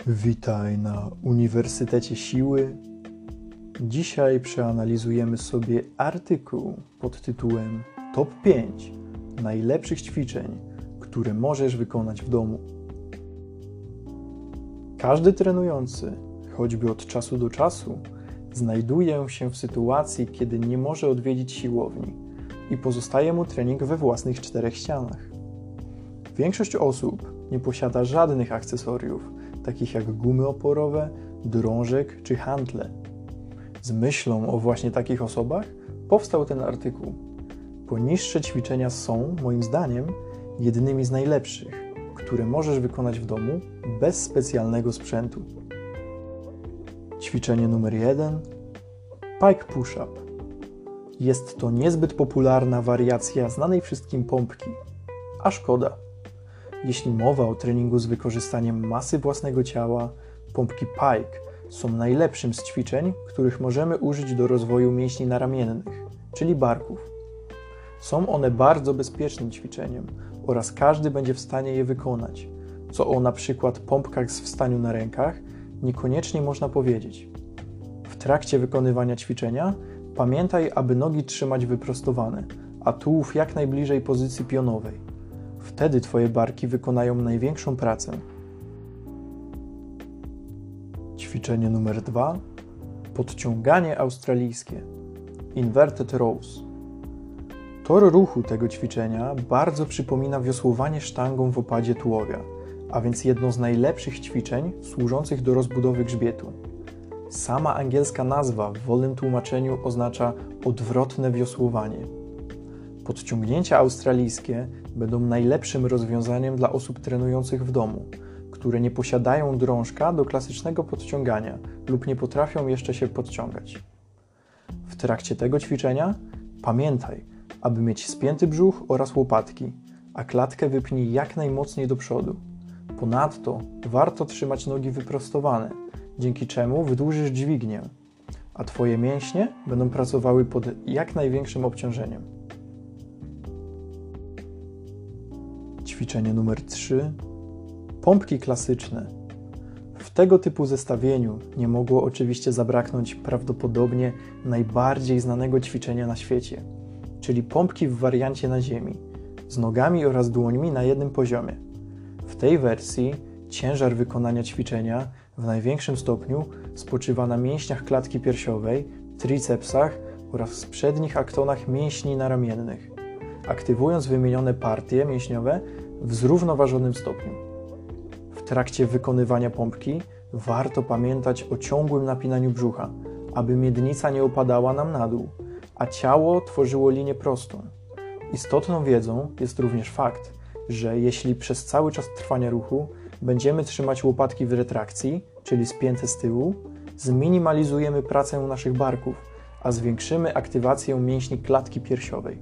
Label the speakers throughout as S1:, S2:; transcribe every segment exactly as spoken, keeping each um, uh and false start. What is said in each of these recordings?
S1: Witaj na Uniwersytecie Siły. Dzisiaj przeanalizujemy sobie artykuł pod tytułem Top pięć najlepszych ćwiczeń, które możesz wykonać w domu. Każdy trenujący, choćby od czasu do czasu, znajduje się w sytuacji, kiedy nie może odwiedzić siłowni i pozostaje mu trening we własnych czterech ścianach. Większość osób nie posiada żadnych akcesoriów, takich jak gumy oporowe, drążek czy hantle. Z myślą o właśnie takich osobach powstał ten artykuł. Poniższe ćwiczenia są, moim zdaniem, jednymi z najlepszych, które możesz wykonać w domu bez specjalnego sprzętu. Ćwiczenie numer jeden. Pike push-up. Jest to niezbyt popularna wariacja znanej wszystkim pompki, a szkoda. Jeśli mowa o treningu z wykorzystaniem masy własnego ciała, pompki Pike są najlepszym z ćwiczeń, których możemy użyć do rozwoju mięśni naramiennych, czyli barków. Są one bardzo bezpiecznym ćwiczeniem oraz każdy będzie w stanie je wykonać, co o na przykład pompkach z wstaniu na rękach niekoniecznie można powiedzieć. W trakcie wykonywania ćwiczenia pamiętaj, aby nogi trzymać wyprostowane, a tułów jak najbliżej pozycji pionowej. Wtedy Twoje barki wykonają największą pracę. Ćwiczenie numer dwa. Podciąganie australijskie. Inverted rows. Tor ruchu tego ćwiczenia bardzo przypomina wiosłowanie sztangą w opadzie tułowia, a więc jedno z najlepszych ćwiczeń służących do rozbudowy grzbietu. Sama angielska nazwa w wolnym tłumaczeniu oznacza odwrotne wiosłowanie. Podciągnięcia australijskie będą najlepszym rozwiązaniem dla osób trenujących w domu, które nie posiadają drążka do klasycznego podciągania lub nie potrafią jeszcze się podciągać. W trakcie tego ćwiczenia pamiętaj, aby mieć spięty brzuch oraz łopatki, a klatkę wypnij jak najmocniej do przodu. Ponadto warto trzymać nogi wyprostowane, dzięki czemu wydłużysz dźwignię, a Twoje mięśnie będą pracowały pod jak największym obciążeniem. Ćwiczenie numer trzy. Pompki klasyczne. W tego typu zestawieniu nie mogło oczywiście zabraknąć prawdopodobnie najbardziej znanego ćwiczenia na świecie, czyli pompki w wariancie na ziemi, z nogami oraz dłońmi na jednym poziomie. W tej wersji ciężar wykonania ćwiczenia w największym stopniu spoczywa na mięśniach klatki piersiowej, tricepsach oraz przednich aktonach mięśni naramiennych, aktywując wymienione partie mięśniowe w zrównoważonym stopniu. W trakcie wykonywania pompki warto pamiętać o ciągłym napinaniu brzucha, aby miednica nie opadała nam na dół, a ciało tworzyło linię prostą. Istotną wiedzą jest również fakt, że jeśli przez cały czas trwania ruchu będziemy trzymać łopatki w retrakcji, czyli spięte z tyłu, zminimalizujemy pracę naszych barków, a zwiększymy aktywację mięśni klatki piersiowej.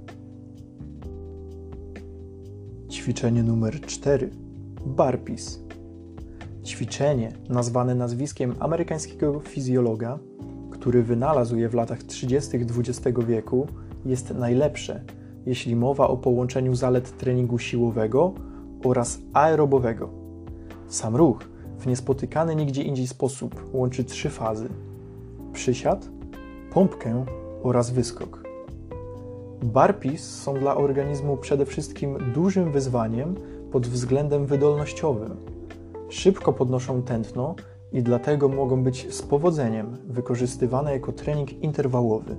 S1: Ćwiczenie numer cztery. Burpees. Ćwiczenie nazwane nazwiskiem amerykańskiego fizjologa, który wynalazł je w latach trzydziestych dwudziestego wieku, jest najlepsze, jeśli mowa o połączeniu zalet treningu siłowego oraz aerobowego. Sam ruch w niespotykany nigdzie indziej sposób łączy trzy fazy: przysiad, pompkę oraz wyskok. Burpees są dla organizmu przede wszystkim dużym wyzwaniem pod względem wydolnościowym. Szybko podnoszą tętno i dlatego mogą być z powodzeniem wykorzystywane jako trening interwałowy.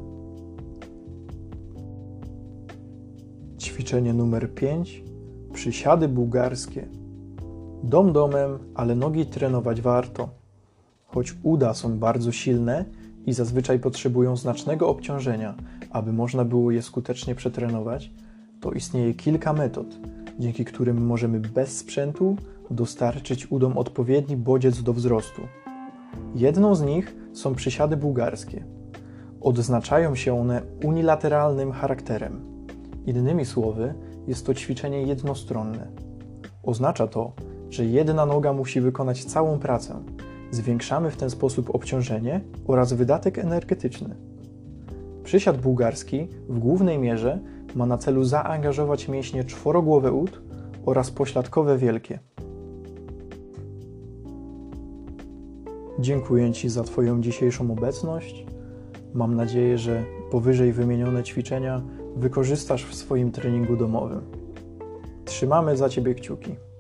S1: Ćwiczenie numer pięć. Przysiady bułgarskie. Dom domem, ale nogi trenować warto. Choć uda są bardzo silne i zazwyczaj potrzebują znacznego obciążenia, aby można było je skutecznie przetrenować, to istnieje kilka metod, dzięki którym możemy bez sprzętu dostarczyć udom odpowiedni bodziec do wzrostu. Jedną z nich są przysiady bułgarskie. Odznaczają się one unilateralnym charakterem. Innymi słowy, jest to ćwiczenie jednostronne. Oznacza to, że jedna noga musi wykonać całą pracę. Zwiększamy w ten sposób obciążenie oraz wydatek energetyczny. Przysiad bułgarski w głównej mierze ma na celu zaangażować mięśnie czworogłowe ud oraz pośladkowe wielkie. Dziękuję Ci za Twoją dzisiejszą obecność. Mam nadzieję, że powyżej wymienione ćwiczenia wykorzystasz w swoim treningu domowym. Trzymamy za Ciebie kciuki.